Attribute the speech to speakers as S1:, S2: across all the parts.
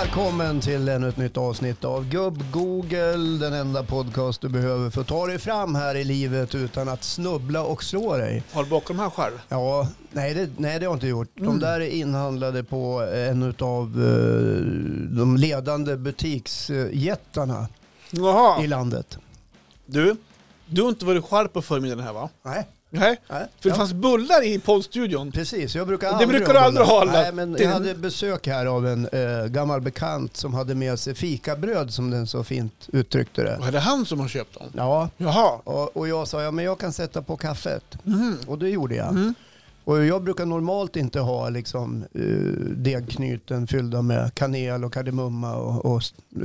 S1: Välkommen till ännu ett nytt avsnitt av Gubb-Google, den enda podcast du behöver för att ta dig fram här i livet utan att snubbla och slå dig.
S2: Har du bakom här själv?
S1: Ja, nej det har jag inte gjort. De där är inhandlade på en av de ledande butiksjättarna i landet.
S2: Du har inte varit själv på förmiddagen här, va?
S1: Nej.
S2: Nej. För det fanns bullar i poddstudion.
S1: Precis, jag
S2: det brukar du aldrig ha.
S1: Nej, men jag hade besök här av en gammal bekant som hade med sig fikabröd, som den så fint uttryckte det.
S2: Och är det han som har köpt dem?
S1: Ja.
S2: Jaha.
S1: Och jag sa, ja men jag kan sätta på kaffet. Och det gjorde jag. Och jag brukar normalt inte ha liksom, degknyten fyllda med kanel och kardemumma och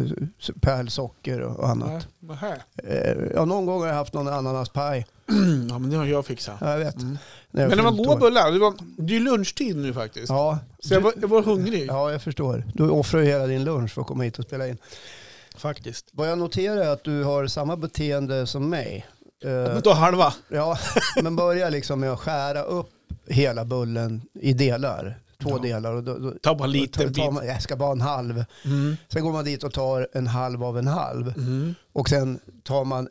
S1: pärlsocker och annat. Ja, någon gång har jag haft någon ananaspaj.
S2: Ja, men det har jag fixat.
S1: Ja, jag vet.
S2: Men det var goda bullar. Det är lunchtid nu faktiskt.
S1: Ja.
S2: Så jag var hungrig.
S1: Ja, jag förstår. Du offrar ju hela din lunch för att komma hit och spela in.
S2: Faktiskt.
S1: Vad jag noterar är att du har samma beteende som mig.
S2: Men då halva.
S1: Ja, men börja liksom med att skära upp hela bullen i delar. Två delar. Och då
S2: ta bara lite bit.
S1: Jag ska bara en halv. Sen går man dit och tar en halv av en halv. Och sen tar man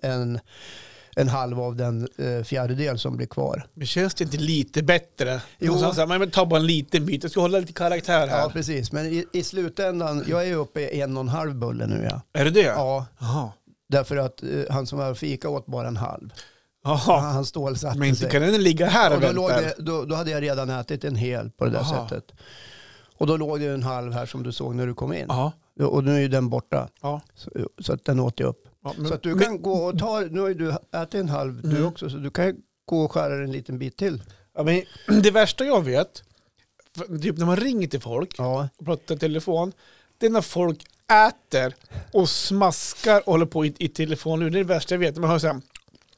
S1: en halv av den fjärdedel som blir kvar.
S2: Men känns det inte lite bättre?
S1: Jo.
S2: Men ta bara en liten bit. Jag ska hålla lite karaktär här.
S1: Ja, precis. Men i slutändan, jag är uppe i 1,5 bulle nu. Ja.
S2: Är det det?
S1: Ja.
S2: Aha.
S1: Därför att han som var fika åt bara en halv.
S2: Aha.
S1: Han stålsatte
S2: men inte
S1: sig.
S2: kan den ligga här och vänta?
S1: Då hade jag redan ätit en hel på det där sättet. Och då låg det en halv här som du såg när du kom in.
S2: Aha.
S1: Och nu är ju den borta.
S2: Ja.
S1: Så att den åt jag upp.
S2: Ja,
S1: så att du kan gå och ta, nu har ju du ätit en halv du också, så du kan gå och skära en liten bit till.
S2: Ja, men det värsta jag vet, typ när man ringer till folk och pratar i telefon, det är när folk äter och smaskar och håller på i telefon. Det är det värsta jag vet. Man hör så här,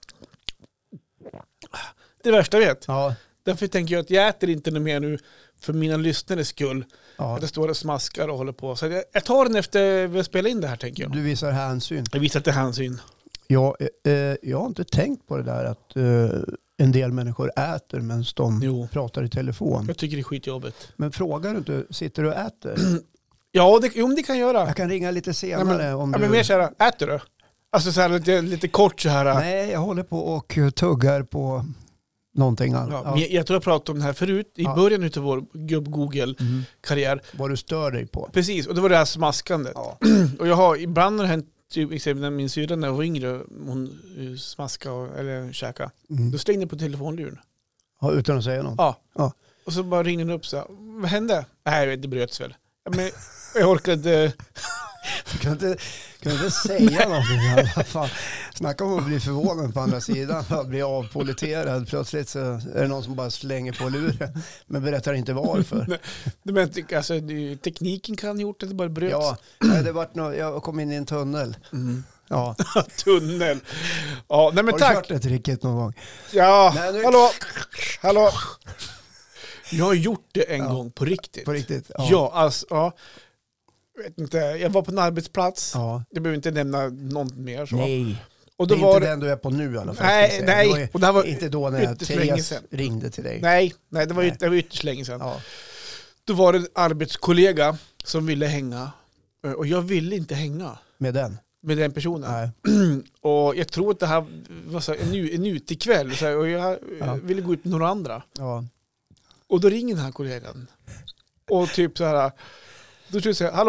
S2: det värsta jag vet.
S1: Ja.
S2: Därför tänker jag att jag äter inte något mer nu för mina lyssnares skull.
S1: Ja.
S2: Att jag står och smaskar och håller på. Så jag tar den efter vi spelar in det här, tänker jag.
S1: Du visar hänsyn.
S2: Jag visar till hänsyn.
S1: Ja, jag har inte tänkt på det där att en del människor äter medan de pratar i telefon.
S2: Jag tycker det är skitjobbigt.
S1: Men frågar du inte, sitter du och äter?
S2: Ja, det kan jag göra.
S1: Jag kan ringa lite senare.
S2: Men mer så här, äter du? Alltså så här lite kort så här.
S1: Nej, jag håller på och tuggar på någonting annat.
S2: Ja. Jag tror jag pratade om det här förut i början av vår Gubb-Google-karriär.
S1: Vad du stör dig på.
S2: Precis, och det var det här smaskandet. Ja. Och jag har ibland hänt, typ, när min syrra när hon var yngre, hon smaskade eller käkade. Då slängde jag på telefonluren.
S1: Ja, utan att säga något?
S2: Ja. Och så bara ringde den upp så här, vad hände? Nej, det bröts väl. Men jag orkade...
S1: Du kan inte säga någonting. Fan. Snacka om att bli förvånad på andra sidan. Att bli avpoliterad. Plötsligt så är det någon som bara slänger på luren. Men berättar inte varför.
S2: Men alltså, tekniken kan ha gjort att det bara bröts.
S1: Ja, jag kom in i en tunnel. Ja.
S2: Tunnel. Ja, nej, men
S1: har
S2: tack.
S1: du kört ett riket någon gång?
S2: Ja, hallå. Jag har gjort det en gång på riktigt.
S1: På riktigt?
S2: Ja, alltså, jag vet inte, jag var på en arbetsplats. Ja. Jag behöver inte nämna något mer. Så.
S1: Nej,
S2: och då
S1: det är inte den du är på nu i alla fall.
S2: Nej.
S1: Och det var inte då när Therese ringde till dig.
S2: Nej, det var ytterst länge sedan. Ja. Då var det en arbetskollega som ville hänga. Och jag ville inte hänga.
S1: Med den
S2: personen.
S1: Nej.
S2: Och jag tror att det här var så en utekväll. Så här, och jag ville gå ut med några andra. Ja. Och då ringer den här kollegan. Och typ så här... Då tror jag säga,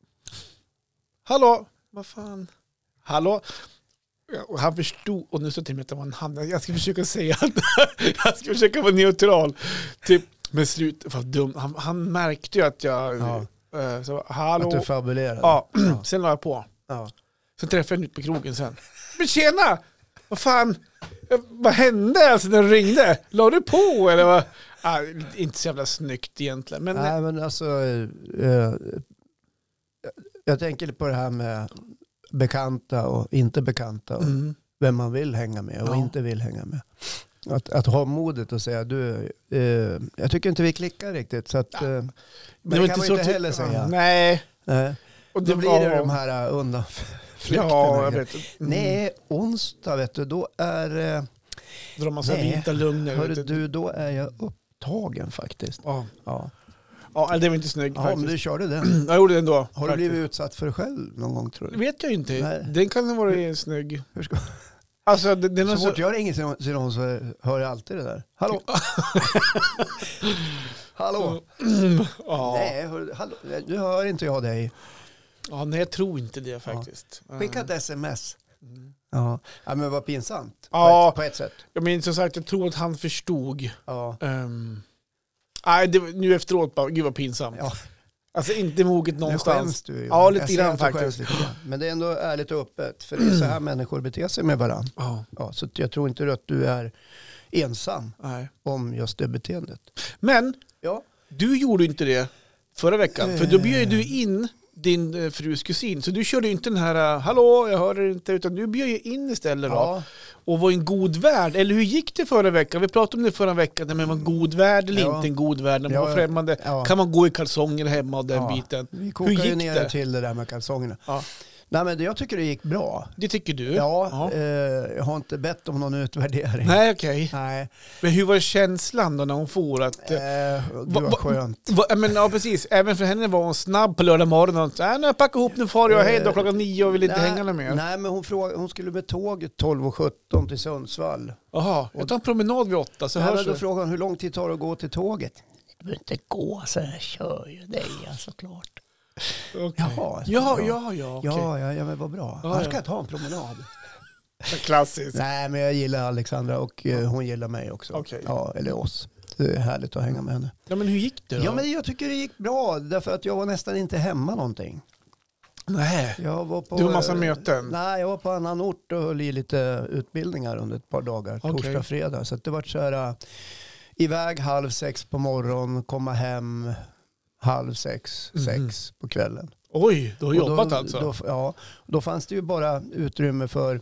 S2: hallå, vad fan, hallå. Och han förstod, och nu så till mig att det var en hand. Jag ska försöka säga att jag ska försöka vara neutral. Typ, med slut, för dum. Han märkte ju att jag, så, hallå.
S1: Att du fabulerade.
S2: Ja, sen la jag på. Ja. Sen träffade jag ut på krogen sen. Men tjena, vad fan, vad hände alltså när du ringde? La du på eller vad? Inte så jävla snyggt egentligen. Men...
S1: Nej, men alltså jag tänker på det här med bekanta och inte bekanta och vem man vill hänga med och inte vill hänga med. Att ha modet och säga du, jag tycker inte vi klickar riktigt så att men det kan man inte heller säga.
S2: Nej.
S1: Och då blir det de här undanflykterna.
S2: Ja, jag vet.
S1: Nej, onsdag vet du, då är
S2: drar man sig vita lugner.
S1: Hörru du, då är jag upptagen faktiskt.
S2: Ja. Ja, det var inte snygg
S1: Ja,
S2: faktiskt.
S1: men du körde den.
S2: Jag gjorde den då.
S1: Har du blivit utsatt för det själv någon gång, tror
S2: Det
S1: du?
S2: vet jag inte.
S1: Nej.
S2: Den kan nog vara snygg.
S1: Hur ska...
S2: Alltså, den är
S1: Så fort jag ringer till någon så hör jag alltid det där. Hallå? Hallå?
S2: Ja.
S1: Nej, hallå? Nu hör inte jag dig.
S2: Ja, nej, jag tror inte det faktiskt.
S1: Skicka ett sms.
S2: Mm.
S1: Ja, men vad pinsamt.
S2: Ja.
S1: På ett sätt.
S2: Jag minns som sagt, jag tror att han förstod.
S1: Ja.
S2: Nej, nu efteråt bara, gud vad pinsamt.
S1: Ja.
S2: Alltså inte moget
S1: Nu
S2: någonstans.
S1: skäms du ju.
S2: Ja, lite
S1: Jag ser
S2: grann
S1: att du skäms
S2: faktiskt.
S1: lite grann. Men det är ändå ärligt och öppet. För det är så här människor beter sig med varandra.
S2: Ja,
S1: Ja, så jag tror inte att du är ensam
S2: nej.
S1: om just det beteendet.
S2: Men
S1: Ja.
S2: du gjorde inte det förra veckan. För då bjöd du in din frus kusin. Så du körde ju inte den här, hallå, jag hör det inte. Utan du bjöd ju in istället då.
S1: Ja.
S2: Och var en god värd. Eller hur gick det förra veckan? Vi pratade om det förra veckan. När man var en god värd eller
S1: Ja.
S2: inte en god värd. När man
S1: Ja,
S2: var främmande.
S1: ja.
S2: Kan man gå i kalsonger hemma och den
S1: Ja.
S2: biten?
S1: Vi
S2: Hur
S1: kokar ju
S2: gick
S1: ner
S2: det?
S1: till det där med kalsongerna.
S2: Ja.
S1: Nej, men jag tycker det gick bra.
S2: Det tycker du?
S1: Ja. Jag har inte bett om någon utvärdering.
S2: Nej, okej.
S1: Nej.
S2: Men hur var känslan då när hon får att...
S1: Gud vad skönt.
S2: Men ja, precis. Även för henne var hon snabb på lördag morgon. Och, nu packar ihop, nu far jag hej då klockan 9 och vill inte hänga något mer.
S1: Nej, men hon skulle med tåget 12:17 till Sundsvall.
S2: Jaha, jag tar en promenad vid 8 så
S1: Nej,
S2: hörs
S1: men då
S2: vi.
S1: frågade hon hur lång tid tar det att gå till tåget. Det behöver inte gå, så jag kör ju dig såklart.
S2: Okay.
S1: Jaha,
S2: Ja, okej.
S1: ja, men vad bra.
S2: Ja,
S1: Här
S2: ja.
S1: ska jag ta en promenad.
S2: Klassiskt.
S1: Nej, men jag gillar Alexandra och hon gillar mig också.
S2: Okej.
S1: Ja, eller oss. Det är härligt att hänga med henne.
S2: Ja, men hur gick det då?
S1: Ja, men jag tycker det gick bra därför att jag var nästan inte hemma någonting.
S2: Nej,
S1: Jag var på,
S2: du har massa möten.
S1: Nej, jag var på annan ort och höll i lite utbildningar under ett par dagar.
S2: Okej.
S1: Torsdag, fredag. Så att det var så här iväg 5:30 på morgonen, komma hem 5:30, 6 på kvällen.
S2: Oj, du har
S1: Och
S2: jobbat
S1: då,
S2: alltså?
S1: Då fanns det ju bara utrymme för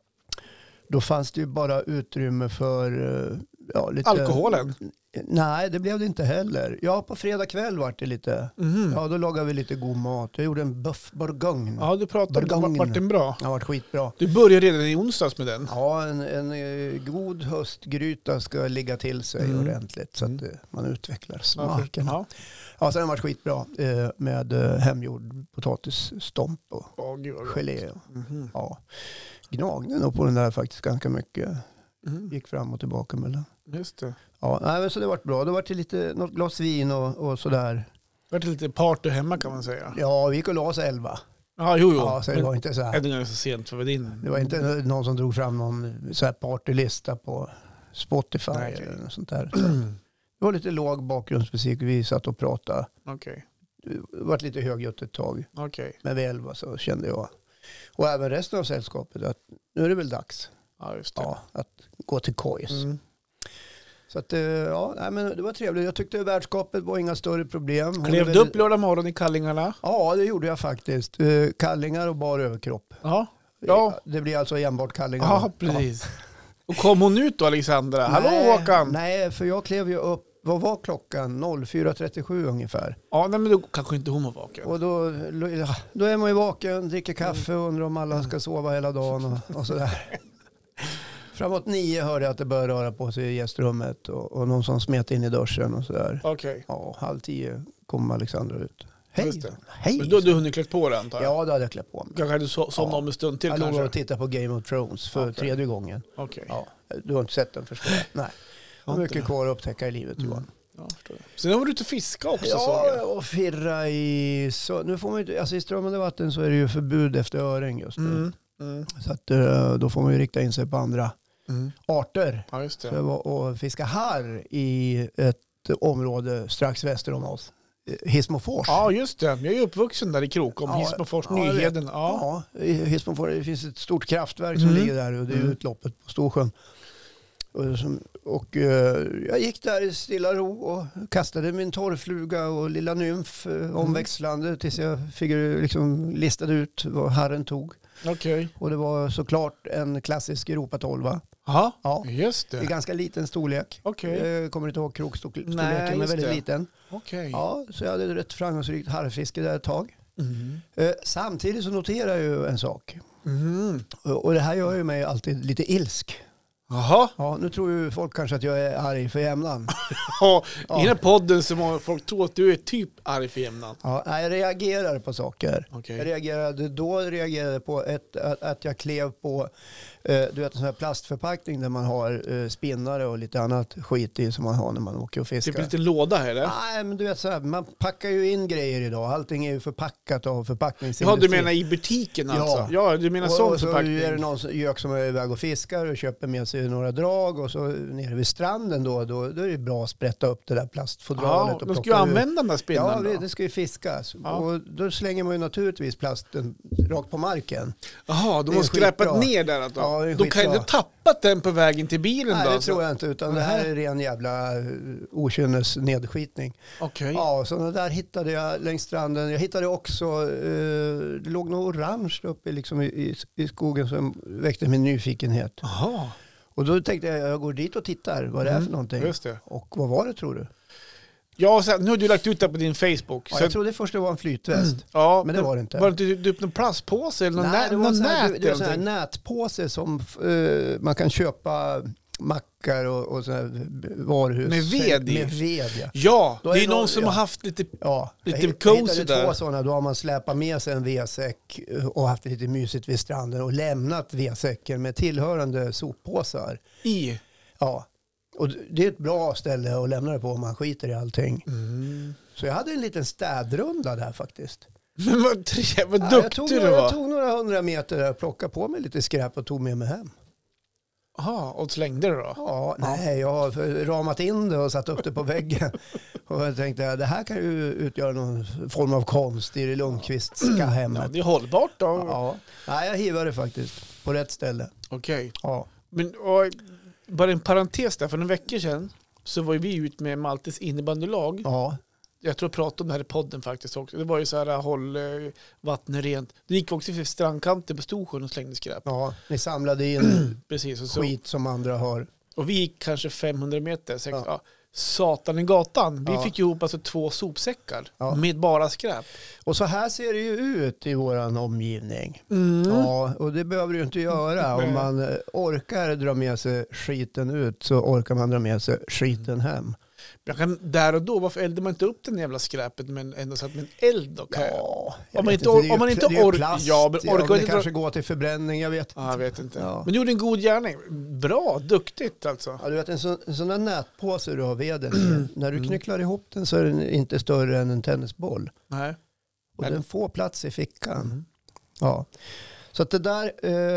S1: lite...
S2: Alkoholen?
S1: Nej, det blev det inte heller. Ja, på fredag kväll var det lite...
S2: Mhm.
S1: Ja, då lagade vi lite god mat. Jag gjorde en bœuf bourgogne.
S2: Ja, du pratade om det. Vart den bra?
S1: Det har varit skitbra.
S2: Du började redan i onsdags med den.
S1: Ja, en god höstgryta ska ligga till sig ordentligt så att man utvecklar smaken.
S2: Ja.
S1: Ja, sen har det varit skitbra med hemgjord potatisstomp och
S2: Gud vad gott.
S1: gelé.
S2: Mhm.
S1: Ja. Gnagde nog på den där faktiskt ganska mycket.
S2: Mhm.
S1: Gick fram och tillbaka mellan.
S2: Just det.
S1: Ja, nej, men så det har varit bra. Det har varit lite något glas vin och sådär.
S2: Det var lite party hemma kan man säga.
S1: Ja, vi gick och la oss 11.
S2: Ja, jo.
S1: Ja, så det var inte så här.
S2: Det är så sent för din.
S1: Det var inte någon som drog fram någon så här partylista på Spotify
S2: Nej.
S1: eller något sånt där. Det var lite låg bakgrundsmusik. Vi satt och pratade.
S2: Okej.
S1: Det var lite högljutt ett tag.
S2: Okej.
S1: Men vid 11 så kände jag. Och även resten av sällskapet att nu är det väl dags
S2: Ja, just det.
S1: att gå till kojs.
S2: Mm.
S1: Så att nej, men det var trevligt. Jag tyckte värdskapet var inga större problem. Hon är
S2: Klev du
S1: väldigt-
S2: upp lördag morgon i kallingarna?
S1: Ja, det gjorde jag faktiskt. Kallingar och bar överkropp.
S2: Ja. Ja.
S1: Det blir alltså enbart kallingar.
S2: Ja, precis. Och kom hon ut då, Alexandra? Hallå Håkan!
S1: Nej, för jag klev ju upp. Vad var klockan? 04:37 ungefär.
S2: Ja, nej, men då kanske inte hon var vaken.
S1: Och då är man ju vaken, dricker kaffe och undrar om alla ska sova hela dagen och sådär. Framåt 9 hörde jag att det började röra på sig i gästrummet och någon som smet in i duschen och sådär.
S2: Okej.
S1: Ja, 9:30 kom Alexandra ut. Hej!
S2: Just det.
S1: Hej!
S2: Men då hade du hunnit klätt på det antar jag?
S1: Ja, då hade jag klätt på mig.
S2: Kanske hade du somnat om en stund till
S1: Jag låg
S2: kanske?
S1: och tittade på Game of Thrones för
S2: Okej.
S1: 3:e gången.
S2: Okej.
S1: Ja, du har inte sett den förstår jag. Nej. Det är mycket kvar att upptäcka i livet Johan.
S2: Ja, förstår jag. Sen var du ute och fiska också såg
S1: Ja,
S2: jag.
S1: och firra i... Nu får man inte, alltså i strömmande vatten så är det ju förbud efter öring just nu.
S2: Mm. Mm.
S1: Så att då får man ju rikta in sig på andra
S2: Mm.
S1: arter.
S2: Ja, just
S1: Så
S2: det.
S1: jag var och fiska harr i ett område strax väster om oss. Hissmofors.
S2: Ja, just det. Jag är ju uppvuxen där i Krokom.
S1: Ja,
S2: Hissmofors,
S1: ja, jag vet.
S2: Nyheden. Ja.
S1: Ja, i Hissmofors det finns ett stort kraftverk som ligger där och det är utloppet på Storsjön. Och jag gick där i stilla ro och kastade min torrfluga och lilla nymf omväxlande tills jag fick liksom listade ut vad harren tog.
S2: Okej.
S1: Och det var såklart en klassisk Europa 12.
S2: Ja,
S1: Ja.
S2: just
S1: I
S2: det.
S1: ganska liten storlek.
S2: Okej.
S1: Jag kommer inte ihåg krokstorleken
S2: Nej,
S1: men
S2: just
S1: väldigt
S2: det.
S1: liten.
S2: Okej.
S1: Ja, så jag hade ett rätt framgångsrikt harrfiske där ett tag.
S2: Mm.
S1: Samtidigt så noterar jag ju en sak.
S2: Mm.
S1: Och det här gör ju mig alltid lite ilsk.
S2: Jaha.
S1: Ja, nu tror ju folk kanske att jag är arg för jämnan.
S2: Ja, i den här podden så många folk tror att du är typ arg för jämnan.
S1: Ja, jag reagerar på saker.
S2: Okej.
S1: Jag reagerade på att jag klev på du vet, en sån här plastförpackning där man har spinnare och lite annat skit i som man har när man åker och fiskar.
S2: Typ en liten låda här, eller?
S1: Nej, men du vet så här, man packar ju in grejer idag. Allting är ju förpackat av förpackningsindustrin.
S2: Ja, du menar i butiken alltså? Ja, du menar sån förpackning.
S1: Och så är det någon gök som är iväg och fiskar och köper med sig några drag och så nere vid stranden då är det bra att sprätta upp det där plastfodralet.
S2: Ja, de ska ju använda den där spinnen.
S1: Ja, det ska ju fiskas.
S2: Ja.
S1: Och då slänger man ju naturligtvis plasten rakt på marken.
S2: Jaha, de har skräpat ner där alltså.
S1: Ja,
S2: de kan inte tappat den på vägen till bilen.
S1: Nej,
S2: då?
S1: det tror jag inte, utan det här är ren jävla okynnes nedskitning.
S2: Okej.
S1: Ja, sådana där hittade jag längs stranden. Jag hittade också, det låg något orange uppe liksom i skogen som väckte min nyfikenhet.
S2: Jaha.
S1: Och då tänkte jag går dit och tittar vad det är för någonting.
S2: Just det.
S1: Och vad var det tror du?
S2: Ja, så nu har du lagt ut det på din Facebook.
S1: Ja,
S2: så
S1: jag trodde först det var en flytväst.
S2: Ja,
S1: men det var det inte.
S2: Var det inte någon plastpåse eller någon
S1: Nej, det var en sån här
S2: nät?
S1: nätpåse som man kan köpa mackar och så här varuhus.
S2: Med ved i?
S1: Med ved, ja.
S2: Ja,
S1: Då
S2: det
S1: är
S2: är någon som har haft lite cozy
S1: hittade
S2: där.
S1: två sådana, då har man släpat med sig en vedsäck och haft det lite mysigt vid stranden och lämnat vedsäcken med tillhörande soppåsar.
S2: I?
S1: Ja, och det är ett bra ställe att lämna det på om man skiter i allting. Så jag hade en liten städrunda där faktiskt.
S2: Men vad duktig du var.
S1: Jag tog några 100 meter där och plockade på mig lite skräp och tog med mig hem.
S2: Jaha, och slängde det då?
S1: Ja, nej, jag har ramat in det och satt upp det på väggen. Och jag tänkte, det här kan ju utgöra någon form av konst i det Lundqvistska hemmet.
S2: Ja, det är hållbart då.
S1: Ja, nej, jag hivade faktiskt på rätt ställe.
S2: Okej.
S1: Ja.
S2: Men bara en parentes där, för en vecka sedan så var vi ut med Maltes innebandylag.
S1: Ja.
S2: Jag tror jag pratade om det här i podden faktiskt också. Det var ju så här, håll vattnet rent. Det gick också till strandkanten på Storsjön och slängde skräp.
S1: Ja, ni samlade in
S2: Precis, och så.
S1: skit som andra har.
S2: Och vi gick kanske 500 meter. Så, satan i gatan. Vi fick ihop alltså 2 sopsäckar med bara skräp.
S1: Och så här ser det ju ut i våran omgivning. Ja, och det behöver du inte göra. Om man orkar dra med sig skiten ut så orkar man dra med sig skiten hem.
S2: Där och då, varför eldar man inte upp den jävla skräpet men ändå satt med en eld då?
S1: Ja,
S2: om man inte orkar... Ja, men orkar
S1: det kanske går till förbränning, jag vet inte.
S2: Ja, jag vet inte.
S1: Ja.
S2: Men du gjorde en god gärning. Bra, duktigt alltså.
S1: Ja, du vet en sån där nätpåse du har veden i. När du knycklar ihop den så är den inte större än en tennisboll.
S2: Nej.
S1: Och den får plats i fickan. Ja. Så att det där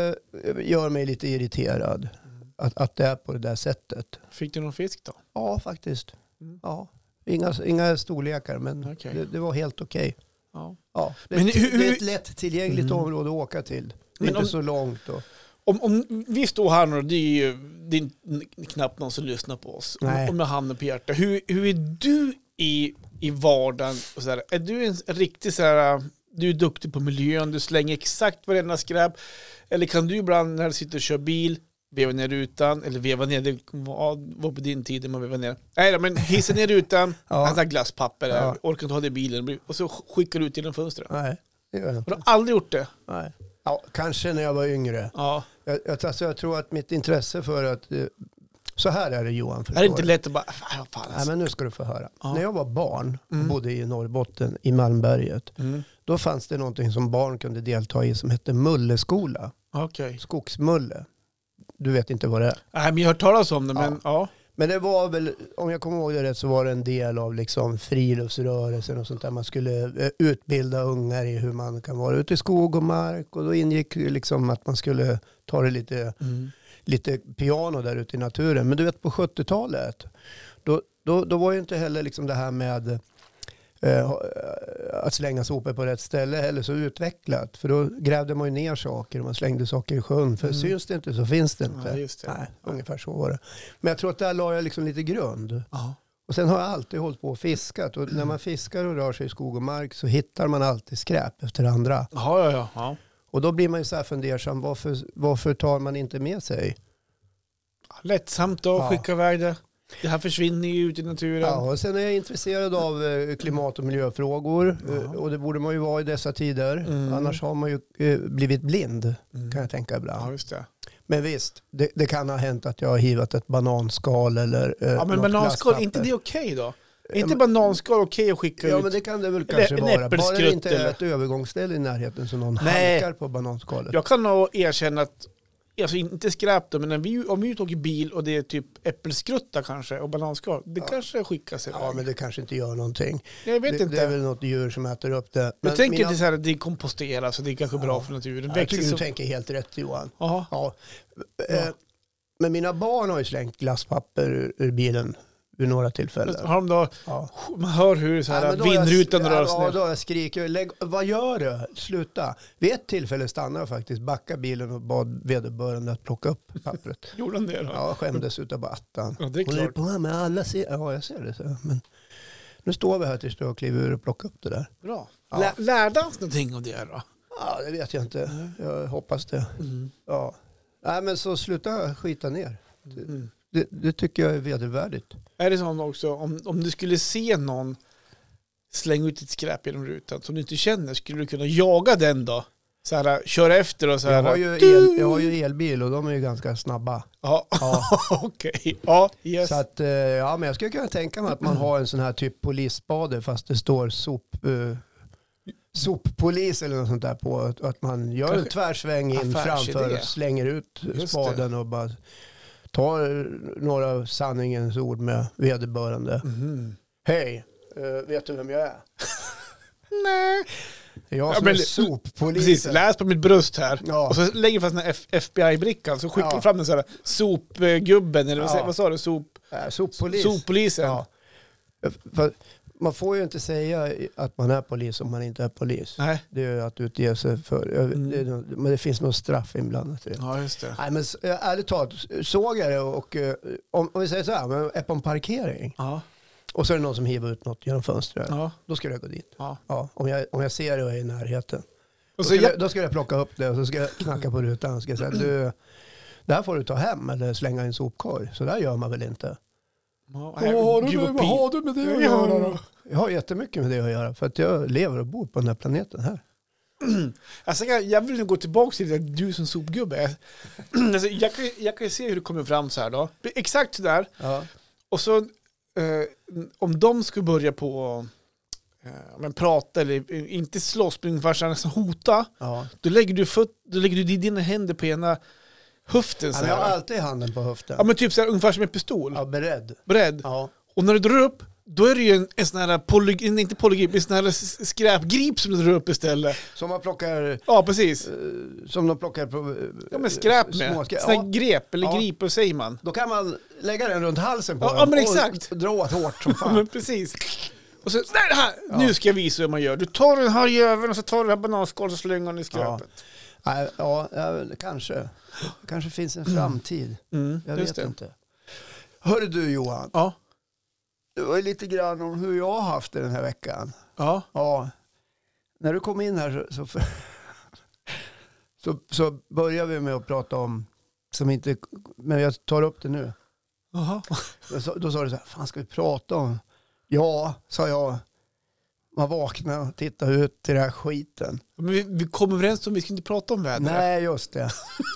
S1: gör mig lite irriterad. Att det är på det där sättet.
S2: Fick du någon fisk då?
S1: Ja, faktiskt. Ja. Inga storlekar, men det var helt okej.
S2: Ja.
S1: Ja, det är ett lätt tillgängligt område att åka till. Det är inte så långt. Och...
S2: Om vi står här nu, det är knappt någon som lyssnar på oss. Om jag hamnar på hjärtat. Hur är du i vardagen? Och så här, är du en riktig så här... Du är duktig på miljön, du slänger exakt varenda skräp. Eller kan du ibland när du sitter och kör bil veva ner rutan, eller veva ner, det var på din tid man veva ner. Nej, men hissa ner rutan, hade glasspapper där, orkar inte ha det i bilen, och så skickar du ut genom fönstret.
S1: Nej, det gör jag inte.
S2: Har du aldrig gjort det?
S1: Nej. Ja, kanske när jag var yngre.
S2: Ja.
S1: Jag tror att mitt intresse för att... Så här är det, Johan.
S2: Är det inte lätt att bara...
S1: Nej, men nu ska du få höra. När jag var barn och bodde i Norrbotten, i Malmberget, då fanns det någonting som barn kunde delta i som hette mulleskola.
S2: Okay.
S1: Skogsmulle. Du vet inte vad det är.
S2: Nej, men jag har hört talas om det, men ja.
S1: Men det var väl, om jag kommer ihåg det rätt, så var det en del av liksom friluftsrörelsen och sånt där. Man skulle utbilda ungar i hur man kan vara ute i skog och mark. Och då ingick liksom att man skulle ta det lite piano där ute i naturen. Men du vet, på 70-talet, då var ju inte heller liksom det här med att slänga sopor på rätt ställe eller så utvecklat. För då grävde man ju ner saker och man slängde saker i sjön. För syns det inte så finns det inte.
S2: Ja, just det.
S1: Nej, ungefär så var det. Men jag tror att där la jag liksom lite grund.
S2: Ja.
S1: Och sen har jag alltid hållit på och fiskat. Och när man fiskar och rör sig i skog och mark så hittar man alltid skräp efter andra.
S2: Ja.
S1: Och då blir man ju så här fundersam. Varför tar man inte med sig?
S2: Lättsamt att skicka iväg det. Det här försvinner ju ut i naturen. Ja,
S1: och sen är jag intresserad av klimat- och miljöfrågor. Och det borde man ju vara i dessa tider. Annars har man ju blivit blind, kan jag tänka ibland.
S2: Ja, just det.
S1: Men visst, det kan ha hänt att jag har hivat ett bananskal eller
S2: ja, men
S1: något
S2: bananskal,
S1: glasspapper.
S2: inte det okej då? Är inte bananskal okej att skicka ut?
S1: Ja, men det kan det väl kanske
S2: en
S1: vara. Bara det inte är
S2: eller?
S1: ett övergångsställe i närheten så någon
S2: Nej.
S1: halkar på bananskalet.
S2: Jag kan nog erkänna att, alltså inte skräp då, men om vi åker bil och det är typ äppelskrutta kanske och bananskal, det kanske skickas iväg.
S1: Ja, men det kanske inte gör någonting.
S2: Jag vet inte.
S1: Det är väl något djur som äter upp det.
S2: Jag tänker att det är så här, det komposteras så det är kanske bra för naturen.
S1: Jag tycker du tänker helt rätt, Johan.
S2: Aha.
S1: Ja. Men mina barn har ju slängt glasspapper ur bilen vid några tillfällen.
S2: Har de då,
S1: Ja.
S2: man hör hur så här
S1: Ja,
S2: vindrutan rör sig.
S1: Ja, då har jag skrikit. Vad gör du? Sluta. Vid ett tillfälle stannade jag faktiskt, backade bilen och bad vederbörande att plocka upp pappret.
S2: Gjorde han det då?
S1: Ja, skämdes utav attan.
S2: Ja, det är
S1: Hon är
S2: klart.
S1: på med alla ja, jag ser det. Så. Men nu står vi här tills du har klivit ur och plockat upp det där.
S2: Bra.
S1: Ja.
S2: Lärde han någonting av det då?
S1: Ja, det vet jag inte. Jag hoppas det. Ja. Nej, men så sluta skita ner. Det tycker jag är vedervärdigt.
S2: Är det så också, om du skulle se någon slänga ut ett skräp genom rutan som du inte känner, skulle du kunna jaga den då? Så här, köra efter och så här.
S1: Jag har ju elbil och de är ju ganska snabba.
S2: Ja,
S1: Ja.
S2: okej. Ja, yes.
S1: Så att, ja, men jag skulle kunna tänka mig att man har en sån här typ polisspade fast det står soppolis eller något sånt där på. Att man gör en tvärsväng in framför och slänger ut spaden och bara tar några sanningens ord med vederbörande. Hej, vet du vem jag är?
S2: Nej.
S1: Jag som är soppolis.
S2: Precis, läs på mitt bröst här.
S1: Ja.
S2: Och så lägger fast den här FBI-brickan så skickar fram den så här sopgubben eller vad sa du?
S1: Soppolis.
S2: Soppolisen.
S1: Ja. För man får ju inte säga att man är polis om man inte är polis.
S2: Nej.
S1: Det är ju att utge sig för. Men det finns något straff inblandat i det.
S2: Ja, just det.
S1: Nej, men ärligt talat, såg jag det och om vi säger så här, man är på en parkering och så är det någon som hivar ut något genom fönstret.
S2: Ja.
S1: Då ska jag gå dit.
S2: Ja.
S1: Ja, om jag ser det och är i närheten.
S2: Och så
S1: Då ska jag plocka upp det och så ska jag knacka på rutan och ska säga du, det här får du ta hem eller slänga i en sopkorg. Så där gör man väl inte.
S2: Vad
S1: har du med det att göra? Jag har jättemycket med det att göra för att jag lever och bor på den här planeten här.
S2: Alltså, jag vill gå tillbaka till det du som sopgubbe. Alltså, jag kan ju se hur det kommer fram så här då. Exakt så där.
S1: Ja.
S2: Och så om de skulle börja på men prata eller inte slåss men ungefär så nästan hota.
S1: Ja.
S2: Då lägger du dina händer på ena höften så här.
S1: Jag har alltid handen på höften.
S2: Ja, men typ så här, ungefär som en pistol.
S1: Ja, beredd.
S2: Ja. Och när du drar upp, då är det ju en sån här inte polygrip, en sån här skräpgrip som du drar upp istället.
S1: Som man plockar...
S2: Ja, precis.
S1: Som de plockar på...
S2: Ja, men skräp med. Sån här grep, eller grip, och säger man.
S1: Då kan man lägga den runt halsen på
S2: ja, men exakt.
S1: Och dra åt hårt som fan.
S2: Men precis. Och så, nu ska jag visa hur man gör. Du tar den här jäveln och så tar du den här bananskalet och slänger den i skräpet.
S1: Ja, kanske. Kanske finns en framtid. Jag vet inte. Hörru du Johan.
S2: Ja.
S1: Det var lite grann om hur jag har haft det den här veckan.
S2: Ja.
S1: Ja. När du kom in här så börjar vi med att prata om men jag tar upp det nu.
S2: Aha.
S1: Då sa du så här, fan ska vi prata om? Ja, sa jag. Man vaknar och tittar ut till den här skiten.
S2: Men vi kom överens om att vi ska inte prata om vädret.
S1: Nej, just det.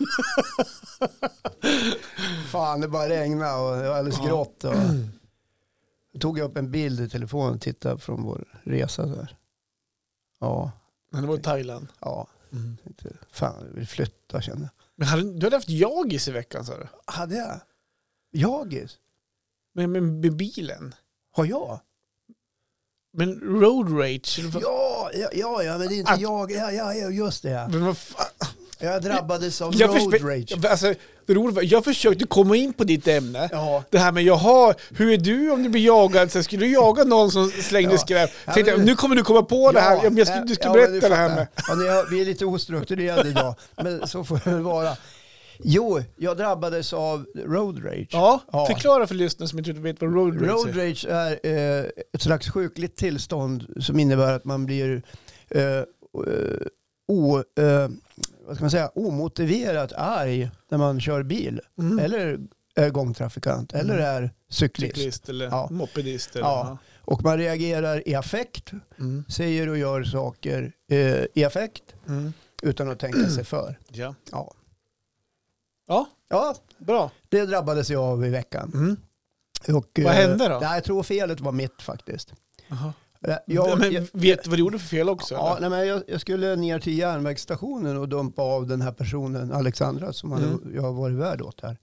S1: Fan, det bara regnade och det var alldeles grått. Och då tog jag upp en bild i telefonen och tittade från vår resa. Så här. Ja.
S2: Men det var i Thailand.
S1: Ja. Fan, jag vill flytta känner jag.
S2: Men du hade haft jagis i veckan, sa du?
S1: Hade jag? Jagis?
S2: Med bilen?
S1: Har jag?
S2: Men road rage?
S1: Ja, men det är inte jag. Ja, just det.
S2: Men vad fan?
S1: Jag drabbades av road rage.
S2: Alltså, jag försökte komma in på ditt ämne.
S1: Ja.
S2: Det här med, hur är du om du blir jagad? Så skulle du jaga någon som slängde skräp? Nu kommer du komma på det här. Du ska berätta det här med.
S1: Ja, vi är lite ostrukturerade idag. Men så får det vara. Jo, jag drabbades av road rage.
S2: Ja, förklara för lyssnare som inte vet vad road rage är.
S1: Road rage är ett slags sjukligt tillstånd som innebär att man blir omotiverat arg när man kör bil. Eller är gångtrafikant. Eller är cyklist
S2: eller mopedist. Eller,
S1: ja. Och man reagerar i affekt. Säger och gör saker i affekt. Utan att tänka sig för.
S2: Ja.
S1: Ja,
S2: bra.
S1: det drabbades jag av i veckan.
S2: Mm.
S1: Och,
S2: Vad hände då?
S1: Jag tror felet var mitt faktiskt.
S2: Aha.
S1: Jag
S2: Vet du vad du gjorde för fel också?
S1: Ja, nej, men jag skulle ner till järnvägsstationen och dumpa av den här personen, Alexandra, som jag har varit värd åt här.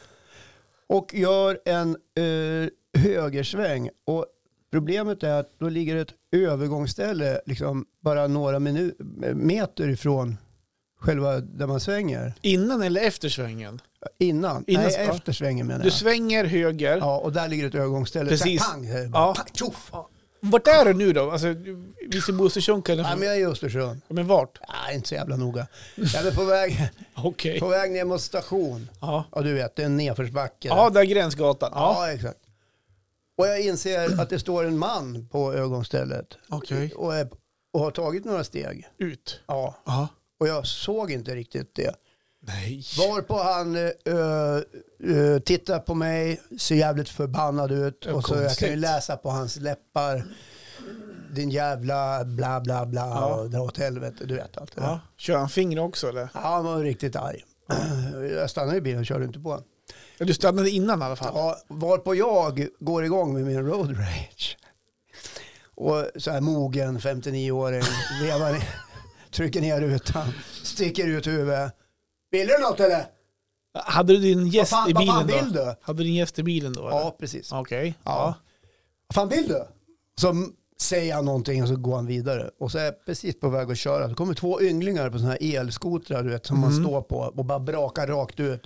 S1: Och gör en högersväng. Och problemet är att då ligger ett övergångsställe liksom bara några meter ifrån själva där man svänger.
S2: Innan eller efter svängen?
S1: Innan. Nej, efter svängen menar jag.
S2: Du svänger höger.
S1: Ja, och där ligger ett övergångsställe.
S2: Precis.
S1: Pang,
S2: ja.
S1: Pang, tjoff.
S2: Vart är du nu då? Alltså, vi ser Östersund eller?
S1: Ja, men jag är i Östersund.
S2: Men vart?
S1: Ja, inte så jävla noga. Jag är på väg ner mot station.
S2: Ja.
S1: Ja, du vet, det är en nedförsbacke.
S2: Ja, där är Gränsgatan.
S1: Ja, exakt. Och jag inser att det står en man på övergångsstället.
S2: Okej.
S1: Och har tagit några steg.
S2: Ut?
S1: Ja.
S2: Aha.
S1: Och jag såg inte riktigt det.
S2: Nej.
S1: Varpå han tittar på mig, ser jävligt förbannad ut. Och så jag kan ju läsa på hans läppar. Din jävla bla bla bla.
S2: Ja.
S1: Och dra åt helvete, du vet allt det där.
S2: Ja. Kör han fingrar också eller?
S1: Ja, han var riktigt arg. Jag stannade i bilen och körde inte på honom.
S2: Ja, du stannade innan i alla fall.
S1: Ja, varpå jag går igång med min road rage. Och så här mogen 59-åring vevar trycker ner rutan, sticker ut huvudet. Vill du något eller?
S2: Hade du din gäst i bilen
S1: vad
S2: då?
S1: vill du?
S2: Hade du din gäst i bilen då? Eller?
S1: Ja, precis.
S2: Okej.
S1: Ja. Vad fan vill du? Så säger han någonting och så går han vidare. Och så är jag precis på väg att köra. Det kommer 2 ynglingar på såna här elskotrar, du vet, som man står på och bara brakar rakt ut.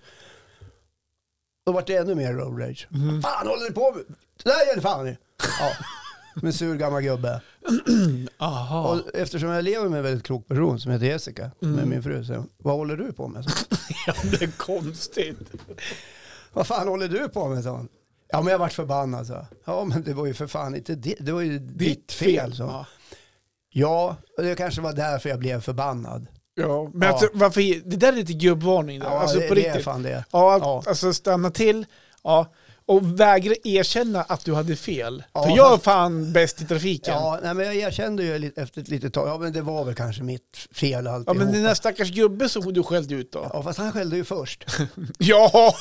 S1: Då vart det ännu mer road rage. Vad fan håller du på med? Det där gäller fan. Ja. Med sur gammal gubbe.
S2: Aha.
S1: Och eftersom jag lever med en väldigt klok person som heter Jessica, med min fru, så vad håller du på med?
S2: Ja, det är konstigt.
S1: Vad fan håller du på med? Så? Ja, men jag varit förbannad. Så. Ja, men det var ju för fan inte det var ju ditt fel. Så. Ja, och det kanske var därför jag blev förbannad.
S2: Ja, men alltså, varför, det där är lite gubbvarning.
S1: Ja,
S2: alltså,
S1: det,
S2: på
S1: det är
S2: riktigt.
S1: fan det.
S2: Ja, alltså stanna till. Ja. Och vägra erkänna att du hade fel.
S1: Ja,
S2: för jag är fan bäst i trafiken.
S1: Ja, nej, men jag erkände ju efter ett litet tag. Ja, men det var väl kanske mitt fel alltihop.
S2: Ja, men den där stackars gubbe som du skällde ut då.
S1: Ja, fast han skällde ju först.
S2: Ja!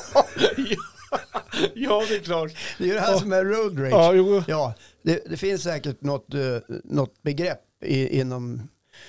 S2: Ja, det är klart.
S1: Det är ju det här som är road rage.
S2: Ja, jo.
S1: Ja, det finns säkert något begrepp inom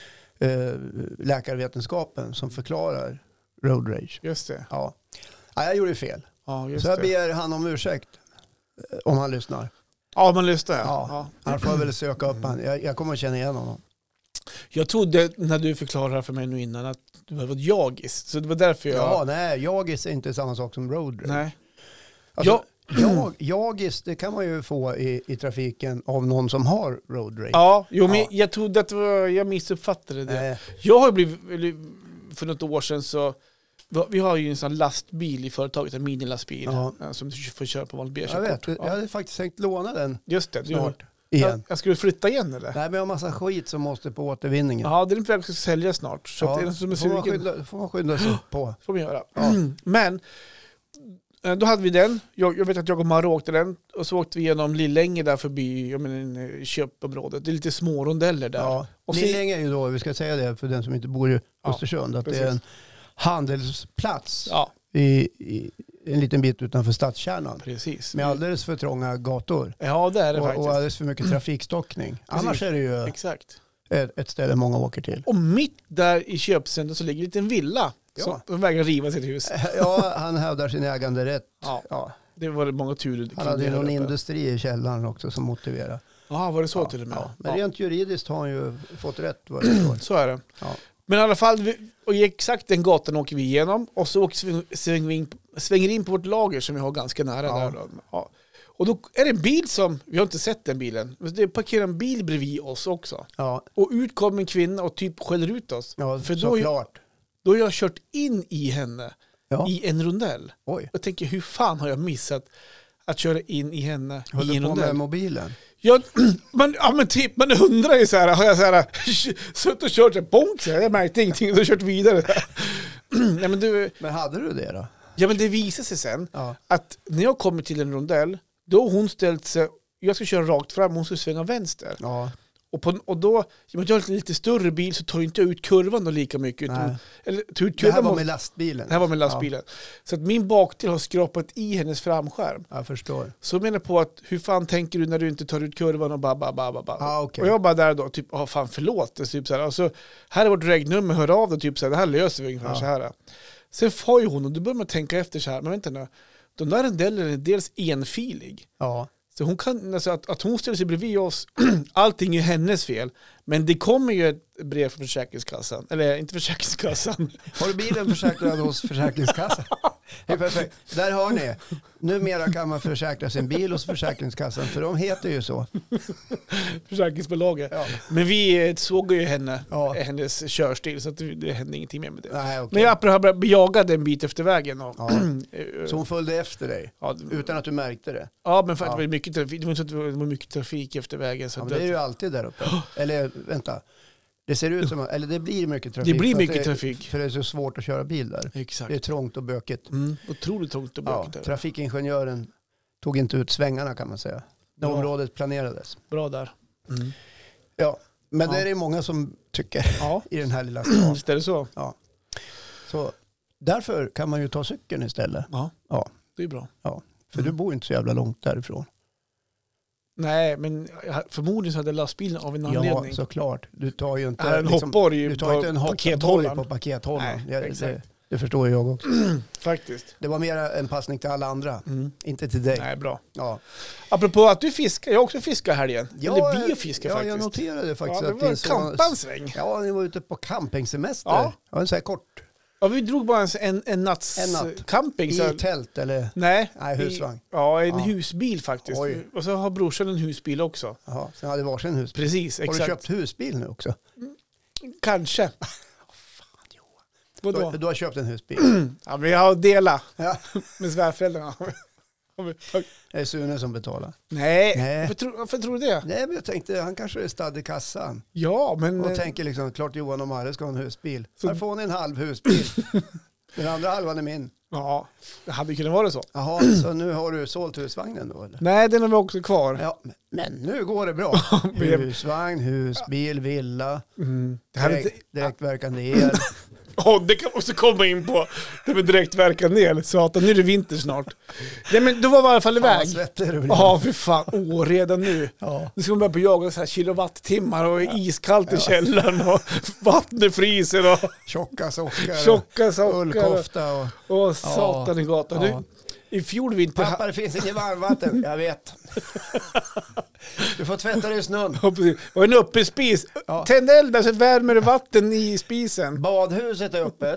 S1: läkarvetenskapen som förklarar road rage.
S2: Just det.
S1: Ja, jag gjorde fel.
S2: Ja, just
S1: så jag
S2: det.
S1: ber han om ursäkt om han lyssnar.
S2: Ja, man lyssnar.
S1: Ja. Han får väl söka upp han. Jag kommer att känna igen honom.
S2: Jag trodde när du förklarade för mig nu innan att du var jagis. Så det var därför jag...
S1: Ja, nej, jagis är inte samma sak som road rage.
S2: Nej.
S1: Alltså, jagis, det kan man ju få i trafiken av någon som har road rage.
S2: Ja, men jag trodde att jag missuppfattade det. Jag har blivit, för något år sedan så, vi har ju en sån lastbil i företaget, en minilastbil som du får köra på vanligt B-körkort.
S1: Jag hade faktiskt tänkt låna den.
S2: Just det,
S1: snart. Igen.
S2: Jag skulle flytta igen eller?
S1: Nej, men jag har massa skit som måste på återvinningen.
S2: Ja, det är en väg som ska sälja snart. Så att det är någon som är sugen.
S1: Får man skynda sig på.
S2: Får man göra. Ja. Men då hade vi den. Jag vet att jag och Marre åkte den. Och så åkte vi genom Lillänge där förbi köpområdet. Det är lite små rondeller där.
S1: Ja. Och Lillänge är ju då, vi ska säga det för den som inte bor i Östersund, att precis. Det är en handelsplats i en liten bit utanför stadskärnan.
S2: Precis.
S1: Med alldeles för trånga gator.
S2: Ja, det är det faktiskt.
S1: Och alldeles för mycket trafikstockning. Annars är det ju ett ställe många åker till.
S2: Och mitt där i köpcentret så ligger en liten villa. Som vägrar riva sitt hus.
S1: Ja, han hävdar sin äganderätt.
S2: Ja. Det var det många turer.
S1: Han hade någon industri i källaren också som motiverar.
S2: Ja, var det så till och med?
S1: Ja. Men rent juridiskt har han ju fått rätt. Vad det står.
S2: Så är det.
S1: Ja.
S2: Men i alla fall, och exakt den gatan åker vi igenom. Och så svänger in på vårt lager som vi har ganska nära där. Då. Ja. Och då är det en bil som, vi har inte sett den bilen. Det parkerar en bil bredvid oss också.
S1: Ja.
S2: Och ut kommer en kvinna och typ skäller ut oss.
S1: Ja,
S2: för
S1: såklart.
S2: Då har jag kört in i henne i en rondell.
S1: Oj.
S2: Jag tänker, hur fan har jag missat att köra in i henne i en rondell?
S1: Håller på med mobilen?
S2: Ja, men typ, man undrar ju så här, har jag så här suttit och kört en bonk? Jag märkte ingenting och så kört vidare. Nej,
S1: men hade du det då?
S2: Ja, men det visade sig sen att när jag kommer till en rondell, då har hon ställt sig, jag ska köra rakt fram och hon ska svänga vänster.
S1: Ja.
S2: Och då, i och med att jag har lite större bil så tar jag inte ut kurvan då lika mycket. Eller, tar ut
S1: det här var med lastbilen.
S2: Det här var med lastbilen. Ja. Så att min bakdel har skrapat i hennes framskärm.
S1: Jag förstår.
S2: Så jag menar på att hur fan tänker du när du inte tar ut kurvan och bara.
S1: Okay.
S2: Och jag bara där då, typ, fan förlåt. Typ så här. Och så, här är vårt regnummer, hör av dig, typ så här, det här löser vi ungefär så här. Sen får ju hon, och då börjar man tänka efter så här, men vänta nu, de där rondellen är dels enfilig.
S1: Ja.
S2: Så hon kan, alltså att hon ställer sig bredvid oss, allting är hennes fel. Men det kommer ju ett brev från Försäkringskassan. Eller inte Försäkringskassan.
S1: Har du bilen försäkrad hos Försäkringskassan? Det är perfekt. Där har ni. Numera kan man försäkra sin bil hos Försäkringskassan. För de heter ju så.
S2: Försäkringsbolaget. Ja. Men vi såg ju henne, hennes körstil. Så att det hände ingenting mer med det.
S1: Nej, okay.
S2: Men jag bejagade en bit efter vägen. Och
S1: så hon följde efter dig? Ja, utan att du märkte det?
S2: Ja, men för att det var mycket trafik. Det var inte så att det var mycket trafik efter vägen. Så
S1: men det är ju alltid där uppe. Eller vänta. Det ser ut som, eller det blir mycket trafik.
S2: Det blir mycket trafik.
S1: För det är så svårt att köra bil där.
S2: Exakt.
S1: Det är trångt och bökigt.
S2: Otroligt trångt och bökigt.
S1: Ja, trafikingenjören tog inte ut svängarna kan man säga. När området planerades.
S2: Bra där.
S1: Ja, men det är det många som tycker i den här lilla staden.
S2: Visst är det så?
S1: Ja. Så därför kan man ju ta cykeln istället.
S2: Ja. Det är bra.
S1: Ja, för du bor inte så jävla långt därifrån.
S2: Nej, men förmodligen så hade lastbilen av en anledning.
S1: Ja, såklart. Du tar ju inte
S2: en hoppborg
S1: du tar inte en pakethållare på pakethållaren. Det förstår jag också.
S2: Faktiskt.
S1: Det var mer en passning till alla andra. Inte till dig.
S2: Nej, bra.
S1: Ja.
S2: Apropå att du fiskar, jag också fiskar här igen. Eller vi fiskar faktiskt.
S1: Ja, jag noterade faktiskt.
S2: Ja, det var en kampansväng.
S1: Ja, ni var ute på campingsemester. Ja, en sån här kort.
S2: Ja, vi drog bara en natts camping.
S1: I tält eller?
S2: Nej,
S1: husvagn.
S2: En husbil faktiskt. Oj. Och så har brorsan en husbil också.
S1: Jaha, sen hade varsin husbil.
S2: Precis, exakt.
S1: Har du köpt husbil nu också?
S2: Kanske.
S1: Fan, Johan. Du har köpt en husbil?
S2: Ja, vi har delat med svärföräldrarna.
S1: Det är Sune som betalar.
S2: Nej. Varför tror du det?
S1: Nej, men jag tänkte, han kanske är stad i kassan.
S2: Ja, men...
S1: Och tänker liksom, klart Johan och Marre ska ha en husbil. Så... Här får ni en halv husbil. Den andra halvan är min.
S2: Ja, det hade kunnat vara så.
S1: Jaha, så nu har du sålt husvagnen då? Eller?
S2: Nej, den har vi också kvar.
S1: Ja, men nu går det bra. Husvagn, husbil, villa. Direktverkande el.
S2: Det kan också komma in på det med direktverkande el. Så att nu är det vinter snart. Nej, men då var vi i alla fall iväg. Ja, för fan. Redan nu. Ja. Nu ska man börja på jaga så här kilowattimmar och iskallt i källaren och vattnet fryser och
S1: tjocka sockar. Ullkofta
S2: och satan i gatan. Nu, i fjol vinter...
S1: Pappa, det finns inget varmvatten. Jag vet. Du får tvätta dig i snön.
S2: Och en uppe spis. Tänd eld där så värmer det vatten i spisen.
S1: Badhuset är öppet.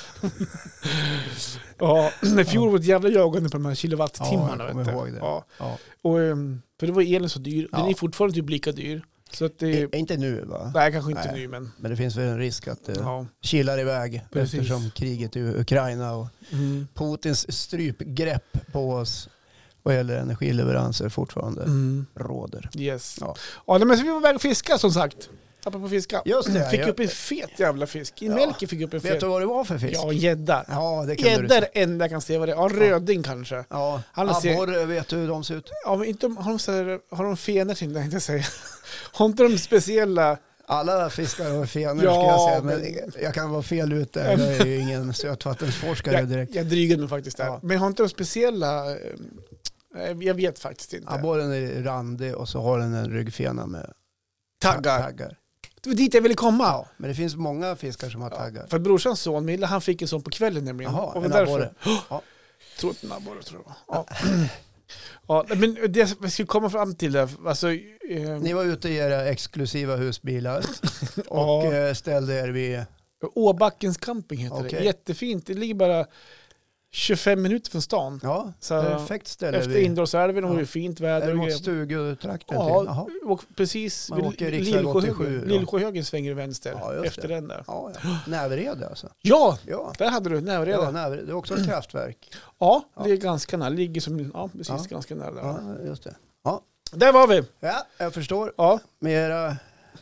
S2: I fjol var ett jävla jagande på de här kilowattimmarna.
S1: Jag kommer ihåg det.
S2: Och, för det var elen så dyr. Den är fortfarande typ lika dyr. Så att det...
S1: Inte nu va?
S2: Nej, kanske inte nu. Men
S1: det finns väl en risk att det kilar iväg. Precis. Eftersom kriget i Ukraina och Putins strypgrepp på oss vad gäller energileveranser fortfarande råder.
S2: Yes. Men så vi var väg och fiska som sagt. Apropå fiska.
S1: Just det.
S2: Fick upp en fet jävla fisk. I Melker fick upp en fet.
S1: Vet du vad det var för fisk?
S2: Ja, gädda.
S1: Ja, det kan du
S2: gädda är det enda jag kan se vad det är. Röding kanske.
S1: Ja, abborre, vet du hur de ser ut?
S2: Ja, men inte har de fenor till det, inte säga. Har inte de speciella...
S1: Alla fiskar har fenor ska jag säga, men jag kan vara fel ute. Jag är ju ingen sötvattensforskare direkt.
S2: Jag dryger mig faktiskt där. Men har inte de speciella... Jag vet faktiskt inte.
S1: Abborren är randig och så har den en ryggfena med taggar.
S2: Det var dit jag ville komma.
S1: Ja, men det finns många fiskar som har taggar.
S2: För brorsans son Mille, han fick en sån på kvällen nämligen.
S1: Jaha, en abborre.
S2: Tror att en abborre, tror jag. Ja, men det vi skulle komma fram till det. Alltså,
S1: ni var ute i era exklusiva husbilar och ställde er vid...
S2: Åbackens camping heter det. Jättefint. Det ligger bara 25 minuter från stan.
S1: Ja, så perfekt ställe.
S2: Efter Indalsälven och det är fint väder.
S1: Är det mot Stugutrakten?
S2: Ja, och precis Lillsjöhögen svänger vänster efter den där.
S1: Ja. Näverede alltså.
S2: Ja, där hade du Näverede.
S1: Ja, det är också ett kraftverk.
S2: Ja, det är ganska nära. Ligger som, ganska nära där.
S1: Ja, just det. Ja.
S2: Där var vi.
S1: Ja, jag förstår. Med era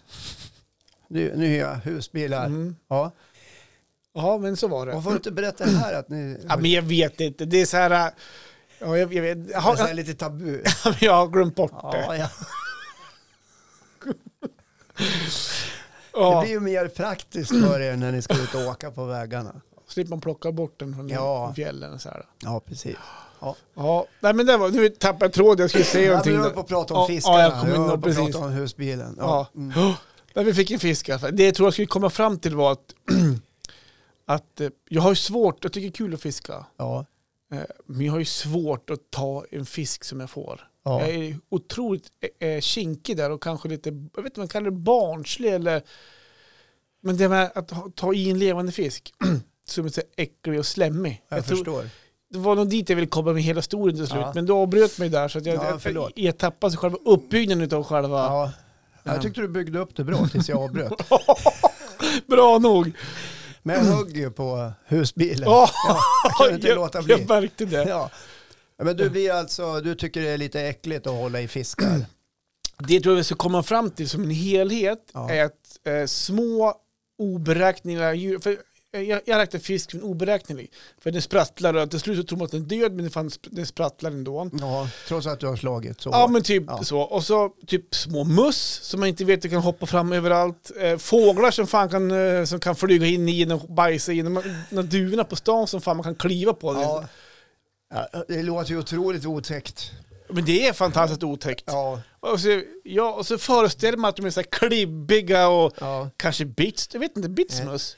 S1: nya husbilar.
S2: Ja, men så var det.
S1: Varför får du inte berätta här att ni...
S2: Ja, men jag vet inte. Det är så här... Ja, jag vet.
S1: Det är lite tabu.
S2: Jag har glömt bort det.
S1: Ja. Det blir ju mer praktiskt för er när ni ska ut och åka på vägarna.
S2: Slipper man plocka bort den från fjällen och så här.
S1: Ja, precis.
S2: Ja. Nej, men det var, nu tappade jag tråd, jag skulle säga någonting.
S1: Jag var på att prata om fiskarna.
S2: Jag kom in och
S1: på att prata om husbilen. Ja.
S2: Där vi fick en fisk. Det jag tror jag skulle komma fram till var att jag har ju svårt, jag tycker det är kul att fiska.
S1: Ja.
S2: Men jag har ju svårt att ta en fisk som jag får.
S1: Ja.
S2: Jag är otroligt kinkig där och kanske lite, jag vet inte om man kallar det barnslig eller, men det med att ta i en levande fisk som är så äcklig och slemmig.
S1: Jag förstår.
S2: Det var nog dit jag ville komma med hela historien till slut, men då avbröt mig där så att jag tappade själva uppbyggnaden av själva.
S1: Ja. Jag tyckte du byggde upp det bra tills jag avbröt.
S2: Bra nog.
S1: Men jag högg ju på husbilen. Jag kunde inte låta bli.
S2: Jag märkte det.
S1: Ja. Men du tycker det är lite äckligt att hålla i fiskar.
S2: Det tror jag vi ska komma fram till som en helhet är att små oberäkneliga djur, för jag räknar fisk som oberäknelig. För den sprattlar och till slut så tror man att den är död, men den sprattlar ändå.
S1: Ja, trots att du har slagit så.
S2: Ja, men typ så. Och så typ små möss som man inte vet att kan hoppa fram överallt. Fåglar som kan flyga in i och bajsa in. Några duvorna på stan som fan man kan kliva på.
S1: Ja. Det låter ju otroligt otäckt.
S2: Men det är fantastiskt otäckt.
S1: Ja.
S2: Och så föreställer man att de är så här klibbiga och kanske bits. Jag vet inte, bitsmöss.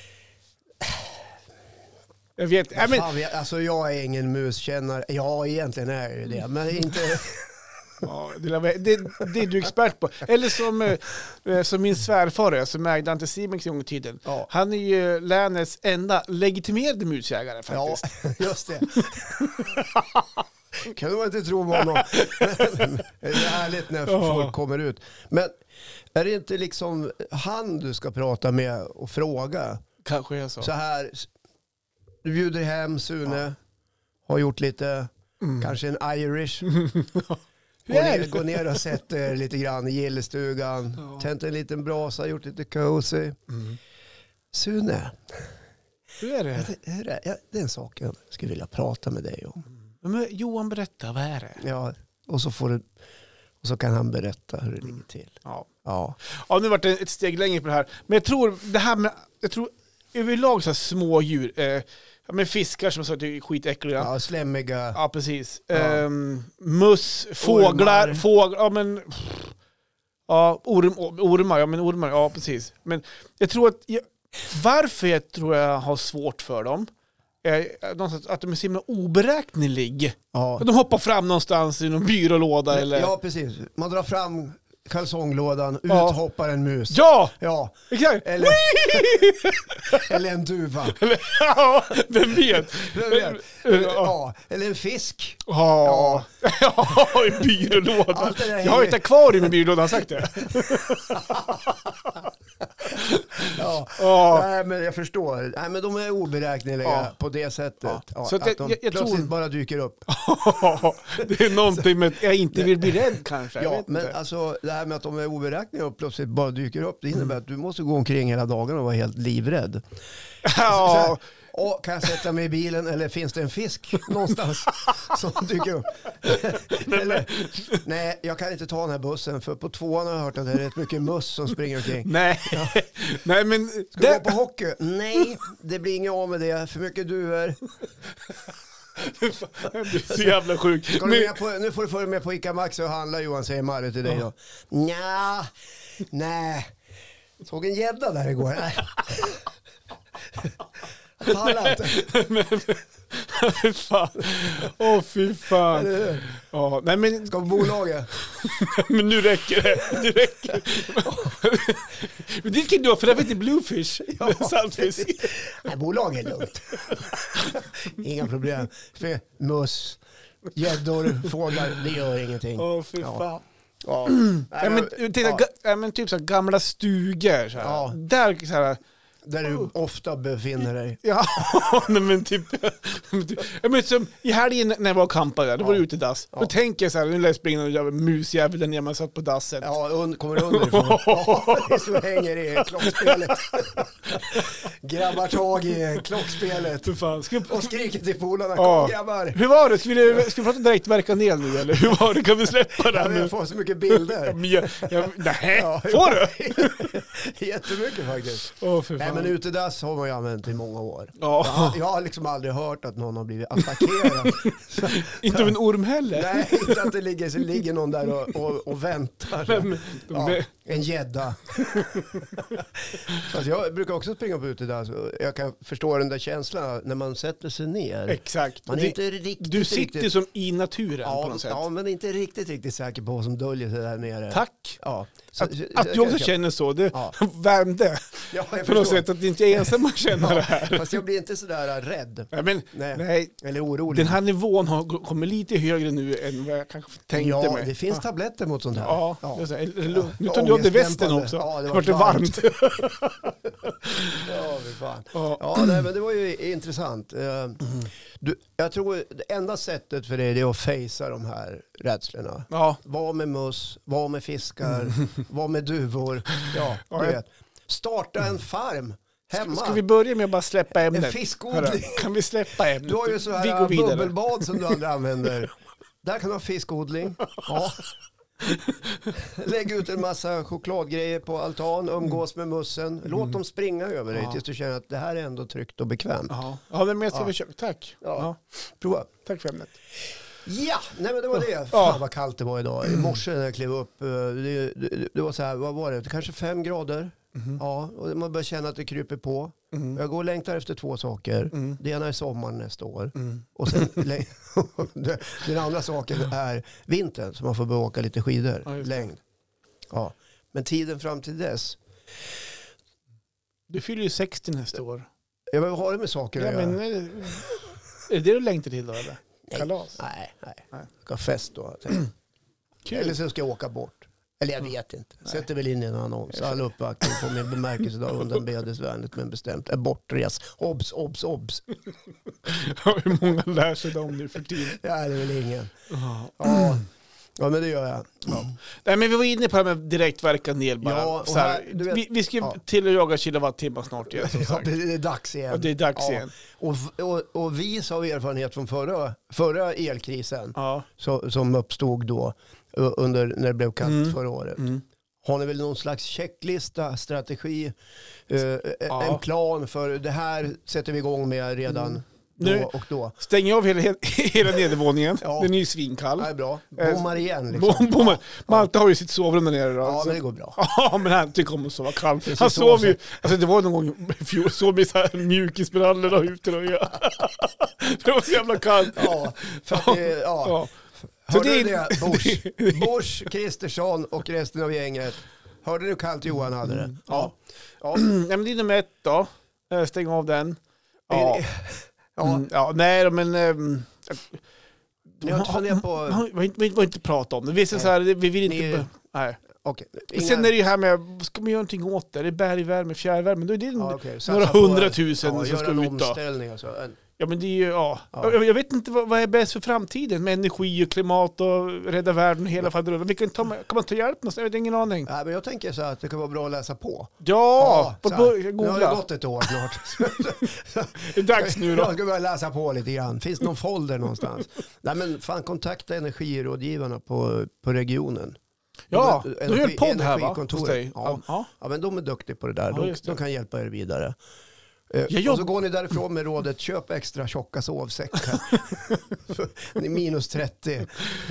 S2: Jag vet.
S1: Alltså jag är ingen muskännare. Ja, egentligen är jag det. Men inte...
S2: Ja, det är du expert på. Eller som min svärfar är, som ägde Anticimex i gång i tiden. Ja. Han är ju länets enda legitimerade musjägare faktiskt.
S1: Ja, just det. Kan man inte tro honom. Det är härligt när folk kommer ut. Men är det inte liksom han du ska prata med och fråga?
S2: Kanske är så.
S1: Så här, du bjuder hem Sune, har gjort lite, kanske en Irish. Gå ner och sätter lite grann i gillestugan. Tänt en liten brasa, gjort lite cozy. Sune.
S2: Hur är det?
S1: Det är en sak jag skulle vilja prata med dig om.
S2: Men Johan, berätta, vad är det?
S1: Ja, och så kan han berätta hur det ligger till.
S2: Ja, nu vart det ett steg längre på det här. Men jag tror överlag så här små djur, med fiskar som sagt är skitäckliga.
S1: Ja, slämmiga.
S2: Ja, precis. Möss, fåglar, ormar, ja precis. Men jag tror att varför jag tror jag har svårt för dem är att de är så himla oberäkneliga. Ja. De hoppar fram någonstans i någon byrålåda eller...
S1: Ja, precis. Man drar fram kalsonglådan, ut hoppar en mus.
S2: Ja. Exakt.
S1: Eller en duva.
S2: Ja, vem vet?
S1: Eller en fisk.
S2: Ja, i byrålådan. Jag har ett akvarium i byrålådan, har sagt det.
S1: Nej, men jag förstår. Nej, men de är oberäkneliga på det sättet. Så att de jag plötsligt tror... bara dyker upp.
S2: Det är någonting med att jag inte vill bli rädd kanske.
S1: Ja, men inte. Alltså det här med att de är oberäkneliga och plötsligt bara dyker upp, det innebär att du måste gå omkring hela dagen och vara helt livrädd. Kan jag sätta mig i bilen eller finns det en fisk någonstans som dyker upp? Nej, jag kan inte ta den här bussen för på 2:an har jag hört att det är rätt mycket möss som springer omkring.
S2: Nej, men...
S1: Ska du gå på hockey? Nej, det blir inget av med det. För mycket duvor.
S2: Du är så jävla sjuk.
S1: Nu får du följa med på Ica Maxi och handla, Johan, säger Marre till dig då. Nej. Såg en gädda där igår.
S2: Fy fan. Nej, men...
S1: Ska på bolaget?
S2: Men nu räcker det. Men det kan du ha, för det vet inte Bluefish. Saltfisk.
S1: Nej, bolaget är lugnt. Inga problem. För möss, gäddor, fåglar, det gör ingenting.
S2: Fy fan. Men typ så gamla stugor så här. Där så här,
S1: Där du ofta befinner dig.
S2: Ja, nej, men typ som i helgen när jag var och campade, då var det utedass. Då tänker jag så här, nu lär jag springa och göra musjävel när man satt på dasset.
S1: Ja, kommer underifrån. Ja, så hänger i klockspelet. Grabbar tag i klockspelet. Och skriker till polarna, kom grabbar.
S2: Hur var det? Ska vi prata direktverkande el nu eller? Hur var det? Kan vi släppa det här nu?
S1: Jag får så mycket bilder.
S2: Nej, får du?
S1: Jättemycket faktiskt. Nej, men utedass har man ju använt i många år.
S2: Ja.
S1: Jag har liksom aldrig hört att någon har blivit attackerad.
S2: Inte av en orm heller.
S1: Nej, inte att det ligger någon där och väntar. En gädda. Alltså jag brukar också springa på utedass. Jag kan förstå den där känslan när man sätter sig ner.
S2: Exakt.
S1: Man är inte riktigt,
S2: du sitter som i naturen på något sätt.
S1: Ja, men inte riktigt säker på vad som döljer sig där nere.
S2: Tack.
S1: Ja.
S2: Att du också känner så, det värmde.
S1: Ja,
S2: på något sätt att det inte är ensam att känna det här.
S1: Fast jag blir inte sådär rädd.
S2: Nej.
S1: Eller orolig.
S2: Den här nivån har kommit lite högre nu än vad jag kanske tänkte mig.
S1: Det finns tabletter mot sånt här.
S2: Ja. Nu tar du av dig västen också.
S1: Ja, det
S2: var varmt.
S1: Ja, fan. Ja, nej, men det var ju intressant. Jag tror det enda sättet för dig är att fejsa de här rädslorna.
S2: Ja.
S1: Var med möss, var med fiskar, var med duvor. Ja, du vet. Starta en farm hemma.
S2: Ska vi börja med att bara släppa ämnet?
S1: En fiskodling.
S2: Kan vi släppa ämnet?
S1: Du har ju så här bubbelbad som du andra använder. Där kan du ha fiskodling. Ja. Lägg ut en massa chokladgrejer på altan, umgås med mussen. Låt dem springa över dig tills du känner att det här är ändå tryggt och bekvämt.
S2: Ja, men jag ska försöka. Tack.
S1: Ja. Prova.
S2: Tack för ämnet.
S1: Ja, nej men det var det. Fan vad kallt det var idag. I morse när jag klev upp, det var så här, vad var det? Kanske 5 grader. Ja, och man börjar känna att det kryper på. Jag går och längtar efter 2 saker. Det ena är sommaren nästa år. Och sen den andra saken är vintern, så man får börja åka lite skidor. Längd. Ja. Men tiden fram till dess.
S2: Du fyller ju 60 nästa år.
S1: Ja, men vad har det med saker att göra?
S2: Men, är det du längtar till då eller? Kalas?
S1: Nej. Jag ska ha fest då. Eller så ska jag åka bort. Eller jag vet inte. Sätter väl in en annons. All uppvaktning på min bemärkelsedag undan bedesvärnet men bestämt. Är bortres. Obs.
S2: Hur många lär sig de nu för tiden?
S1: Ja, det är väl ingen. Ja, men det gör jag. Ja.
S2: Nej, men vi var inne på det här med direktverkande el bara.
S1: Ja,
S2: så här, vi ska till och jaga kilowattimmar snart igen.
S1: Ja, det är dags igen.
S2: Ja, det är dags igen.
S1: Och vi har erfarenhet från förra elkrisen som uppstod då när det blev kallt förra året. Har ni väl någon slags checklista, strategi, en plan för det här sätter vi igång med redan då och då.
S2: Stänger av hela nedervåningen. Ja. Den är ju svinkall.
S1: Det är bra. Bommar igen. Liksom.
S2: Malte har ju sitt sovrum där nere. Då,
S1: ja, men det går bra.
S2: Ja, men han tycker om att sova kallt. Han sov ju, alltså det var någon gång i fjol, sov med så här mjukisbrallor ute. Det var så jävla kallt.
S1: Ja, för att det, hörde du det? Bosch, Kristersson och resten av gänget. Hörde du hur kallt Johan hade det?
S2: Ja. Men det är nummer 1 då. Stäng av den. Ja. Nej, men...
S1: Ni har inte funderat på...
S2: Vi vill inte prata om det. Vi så här, vi vill inte... Nej.
S1: Okay.
S2: Sen är det ju här med, ska man göra någonting åt det? Det är bergvärme, fjärrvärme. Då är det några 100 000 som ska ut då. Ja, men det är ju, Jag vet inte vad är bäst för framtiden med energi och klimat och rädda världen och hela faderullen. Kan man ta hjälp någonstans? Jag har ingen aning.
S1: Nej, men jag tänker så att det kan vara bra att läsa på.
S2: Ja,
S1: googla. Nu har det gått ett år snart.
S2: Det är dags nu då.
S1: Jag ska börja läsa på lite grann. Finns det någon folder någonstans? Nej, men fan, kontakta energirådgivarna på regionen.
S2: Ja, du har en podd här va?
S1: Ja, men de är duktiga på det där. De kan hjälpa er vidare. Och så går ni därifrån med rådet, köp extra tjocka sovsäckar. Minus 30.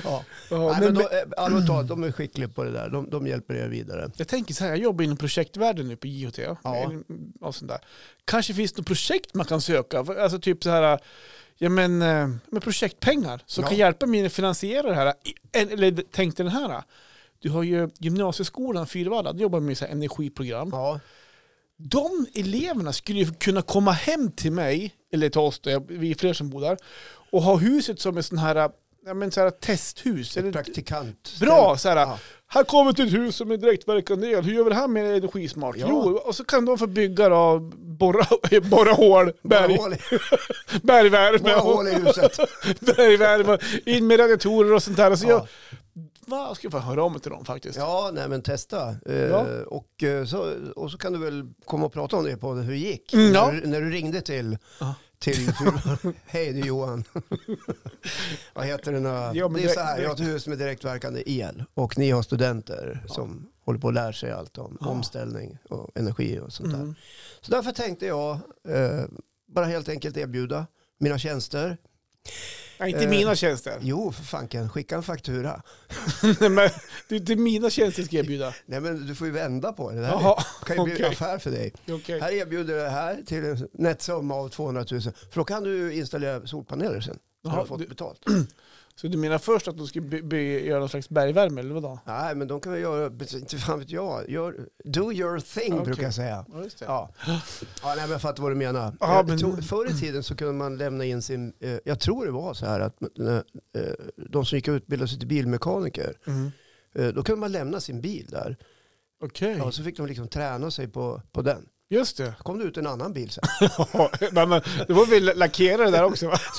S1: De är skickliga på det där. De hjälper er vidare.
S2: Jag tänker så här, jag jobbar inom projektvärlden nu på JHT. Och sånt där. Kanske finns det något projekt man kan söka. Alltså typ så här, med projektpengar som kan hjälpa mig att finansiera det här. Eller tänk dig den här. Du har ju gymnasieskolan Fyrvalla, de jobbar med så här energiprogram.
S1: Ja.
S2: De eleverna skulle ju kunna komma hem till mig, eller till oss, vi är fler som bor där, och ha huset som en sån här så här testhus.
S1: Ett praktikant.
S2: Bra, så här.
S1: Ja.
S2: Här kommer ett hus som är direktverkande el. Hur gör vi det här med energismart?
S1: Ja.
S2: Jo, och så kan de få bygga då, borra hål, bergvärme.
S1: Borra hål i huset.
S2: Bergvärme, in med radiatorer och sånt där. Och så
S1: Ja.
S2: jag ska få höra om det till dem faktiskt.
S1: Ja, nej men testa. Och så kan du väl komma och prata om det på hur det gick.
S2: Ja.
S1: När du ringde till hej, det är Johan. Vad heter det nu?
S2: Ja, men
S1: det är så här, jag har ett hus med direktverkande el och ni har studenter som håller på att lära sig allt om omställning och energi och sånt där. Så därför tänkte jag bara helt enkelt erbjuda mina tjänster.
S2: Nej, inte mina tjänster.
S1: Jo, för fanken, skicka en faktura.
S2: Nej, men det är inte mina tjänster ska erbjuda.
S1: Nej, men du får ju vända på det. Det här
S2: Jaha,
S1: kan ju bli
S2: okej.
S1: affär för dig.
S2: Okay.
S1: Här erbjuder det här till en nettsumma av 200 000. För då kan du installera solpaneler sen. Har
S2: Jaha,
S1: du fått betalt.
S2: Så du menar först att de ska göra någon slags bergvärme eller vadå?
S1: Nej, men de kan väl göra, inte fan vet jag. Do your thing,
S2: Okej.
S1: brukar jag säga.
S2: Ja, just det.
S1: Ja, nej, men jag fattar vad du menar.
S2: Ja, men...
S1: Förr i tiden så kunde man lämna in sin... jag tror det var så här att de som gick och utbildade sig till bilmekaniker, då kunde man lämna sin bil där.
S2: Okej.
S1: Ja, så fick de liksom träna sig på den.
S2: Just det.
S1: Så kom det ut en annan bil sen.
S2: Det var väl lackerare där också, va?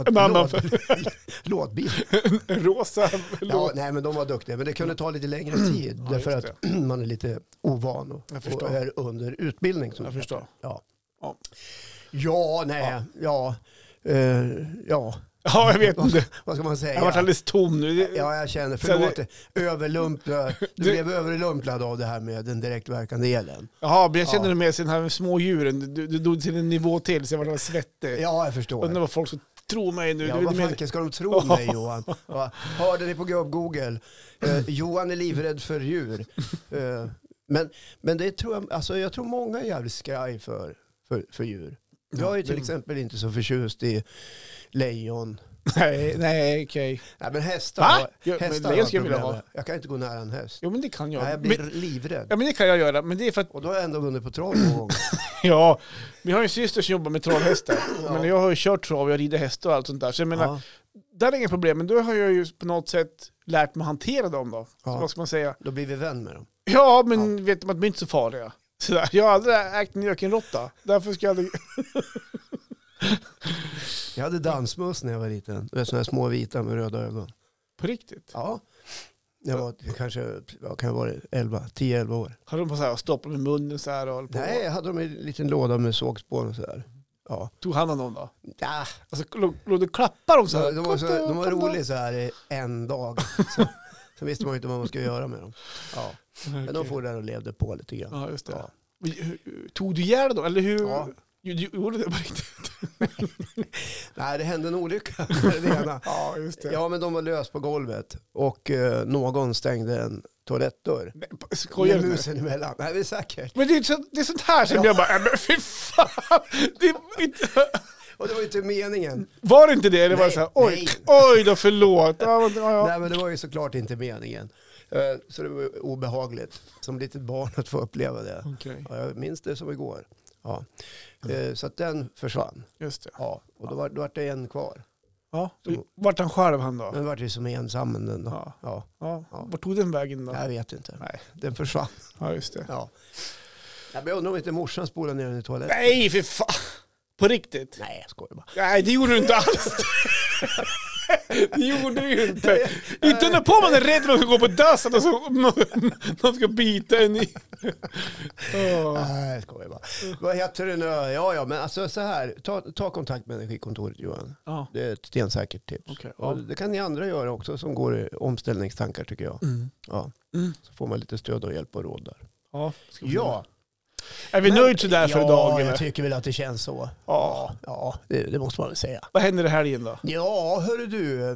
S1: Lådbil.
S2: En rosa
S1: Ja, nej, men de var duktiga. Men det kunde ta lite längre tid.
S2: Ja,
S1: därför
S2: just
S1: att man är lite ovan och är under utbildning.
S2: Jag förstår.
S1: Ja.
S2: Ja.
S1: Ja, nej, ja.
S2: Ja, jag vet inte.
S1: Vad ska man säga?
S2: Jag har varit alldeles tom nu.
S1: Ja, jag känner, förlåt, du blev överlumplad av det här med den direktverkande elen.
S2: Jaha, men jag känner det med sig den här små djuren. Du dog till en nivå till så jag var alldeles svettig.
S1: Ja, jag förstår.
S2: Undrar vad folk ska tro mig nu.
S1: Ja, vad fanken ska de tro mig, Johan? Ja, hörde ni på Google? Johan är livrädd för djur. Men det tror jag, alltså jag tror många är jävligt skraj för djur. Jag är till exempel inte så förtjust i lejon.
S2: Nej, okej.
S1: Nej, men hästar.
S2: Va?
S1: Hästar
S2: lejon ska jag vilja ha.
S1: Jag kan inte gå nära en häst.
S2: Jo, men det kan jag.
S1: Nej, jag blir livrädd.
S2: Ja, men det kan jag göra. Men det är för att...
S1: Och då har jag ändå vunnit på trav någon gång.
S2: Ja, vi har en syster som jobbar med travhästar. Men jag har ju kört trav, jag rider hästar och allt sånt där. Så jag menar, där är inga problem. Men då har jag ju på något sätt lärt mig hantera dem då. Så vad ska man säga?
S1: Då blir vi vän med dem.
S2: Ja, men vet man att de är inte så farliga. Sådär. Jag har aldrig ägt en ökenråtta. Därför ska jag aldrig...
S1: Jag hade dansmus när jag var liten. Sådana här små vita med röda ögon.
S2: På riktigt?
S1: Ja. Jag var kanske, kan jag vara 10-11 år.
S2: Hade de på så här stoppat med munnen så här och håll på?
S1: Nej, jag hade dem i en liten låda med sågspån och sådär. Ja.
S2: Tog hand om dem då?
S1: Ja.
S2: Alltså, låg du klappa dem så här?
S1: De var roliga så här i en dag. Så visste man ju inte vad man skulle göra med dem. Ja. Men de får där och levde på lite grann.
S2: Ja, just det.
S1: Ja.
S2: Tog du ihjäl dem? Eller hur?
S1: Ja.
S2: Gjorde det på riktigt?
S1: Nej, det hände en olycka. Det ena.
S2: Ja, just det.
S1: Ja, men de var lös på golvet. Och någon stängde en toalettdörr.
S2: Skojar
S1: med
S2: du?
S1: musen emellan. Nej, det är säkert.
S2: Men det är sånt här som jag bara, men fy fan. Det är inte...
S1: Och det var ju inte meningen.
S2: Var det inte det? Det var
S1: Nej,
S2: så här,
S1: nej.
S2: oj då, förlåt. Ja.
S1: Nej, men det var ju såklart inte meningen. Så det var obehagligt. Som litet barn att få uppleva det.
S2: Okay.
S1: Ja, jag minns det som igår. Ja. Så att den försvann.
S2: Just det.
S1: Ja. Och då var det en kvar.
S2: Ja. Vart han själv han då?
S1: Men var det som ensam. Den då.
S2: Ja.
S1: Ja.
S2: Ja. Vart tog den vägen då?
S1: Jag vet inte.
S2: Nej.
S1: Den försvann.
S2: Ja, just det.
S1: Ja. Jag undrar om inte morsan spolade ner den i toaletten.
S2: Nej, för fan. På riktigt?
S1: Nej, jag skojar bara.
S2: Nej, det gjorde du inte alls. Det gjorde du ju inte. Inte när på man är rädd för att gå på dassen och så någon ska bita en i.
S1: Nej, jag skojar bara. Vad heter det nu? Ja, men alltså så här. Ta kontakt med energikontoret, Johan.
S2: Ja.
S1: Det är ett stensäkert tips.
S2: Okay,
S1: och det kan ni andra göra också som går i omställningstankar, tycker jag. Ja. Så får man lite stöd och hjälp och råd där.
S2: Ja. Är vi nöjd sådär för idag?
S1: Ja,
S2: eller?
S1: jag tycker väl att det känns så. Ja, det måste man väl säga.
S2: Vad händer det här igen då?
S1: Ja, hörru du.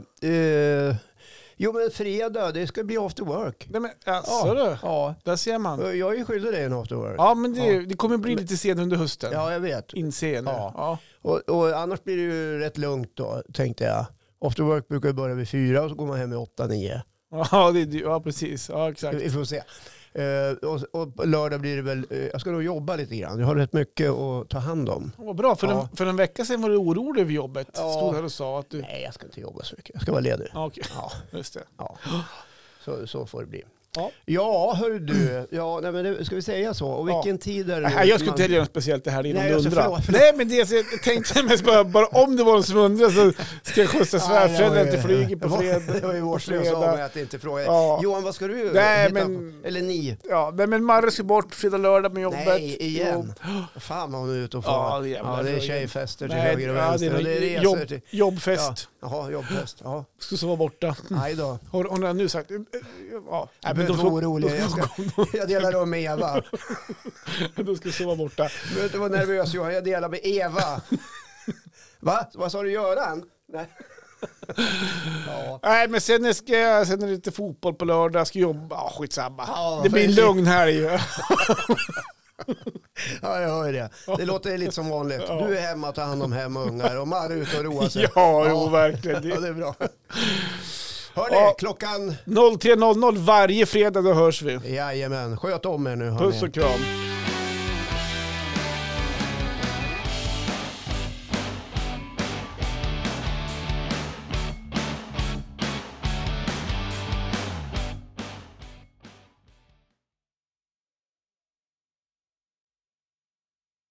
S1: Jo, men fredag, det ska bli after work.
S2: Nej, men, alltså, du?
S1: Ja.
S2: Där ser man.
S1: Jag är ju skyldig dig en after work.
S2: Ja, men det kommer bli lite sent under hösten.
S1: Ja, jag vet.
S2: Inse nu.
S1: Ja. Och annars blir det ju rätt lugnt då, tänkte jag. After work brukar börja vid 4 och så går man hem vid 8-9.
S2: Ja, precis. Ja, exakt.
S1: Vi får se. Och på lördag blir det väl, jag ska nog jobba lite grann. Jag har rätt mycket att ta hand om.
S2: Vad bra, för en vecka sedan var du orolig över jobbet.
S1: Ja.
S2: Stod här och sa att du...
S1: Nej, jag ska inte jobba så mycket. Jag ska vara ledig.
S2: Okej.
S1: Ja.
S2: Just det.
S1: Ja. Så får det bli.
S2: Ja.
S1: Ja, hör du. Ja, nej, men det, ska vi säga så? Och vilken tid är det?
S2: Nej, jag skulle inte göra något speciellt det här innan du undrar.
S1: Förlåt.
S2: Nej, men det, jag tänkte mest bara om det var någon som undrar så ska jag skjutsa svärföräldrar till flyget på fredag.
S1: Det var ju vårdslöst av mig att inte fråga.
S2: Ja.
S1: Johan, vad ska du
S2: Nej,
S1: hitta
S2: men...
S1: på? Eller ni?
S2: Ja, men Marre ska bort fredag lördag med jobbet.
S1: Nej, igen. Fan vad hon är ute och far.
S2: Ja,
S1: det är tjejfester till höger och
S2: ja,
S1: vänster.
S2: det är
S1: resor till...
S2: jobbfest.
S1: Ja. Jaha, jobbfest. Ja.
S2: Ska så vara borta.
S1: Nej då.
S2: Hon har nu sagt... Ja,
S1: Jag behöver inte vara orolig. Jag delar rum med Eva.
S2: Då ska så vara borta.
S1: Du behöver inte vara nervös, Johan. Jag delar med Eva. Va? Vad sa du, Göran? Nej. Ja.
S2: Nej, men sen är det lite fotboll på lördag. Jag ska jobba. Skitsamma.
S1: Ja,
S2: det blir en lugn här ju.
S1: Ja, jag hör det. Det låter lite som vanligt.
S2: Ja.
S1: Du är hemma och tar hand om hem och ungar och Marre ut och roa sig.
S2: Ja, jo, verkligen.
S1: Ja, det är bra. Hörni,
S2: Ja.
S1: klockan...
S2: 03.00 varje fredag, då hörs vi.
S1: Jajamän, sköt om er nu.
S2: Puss och kram.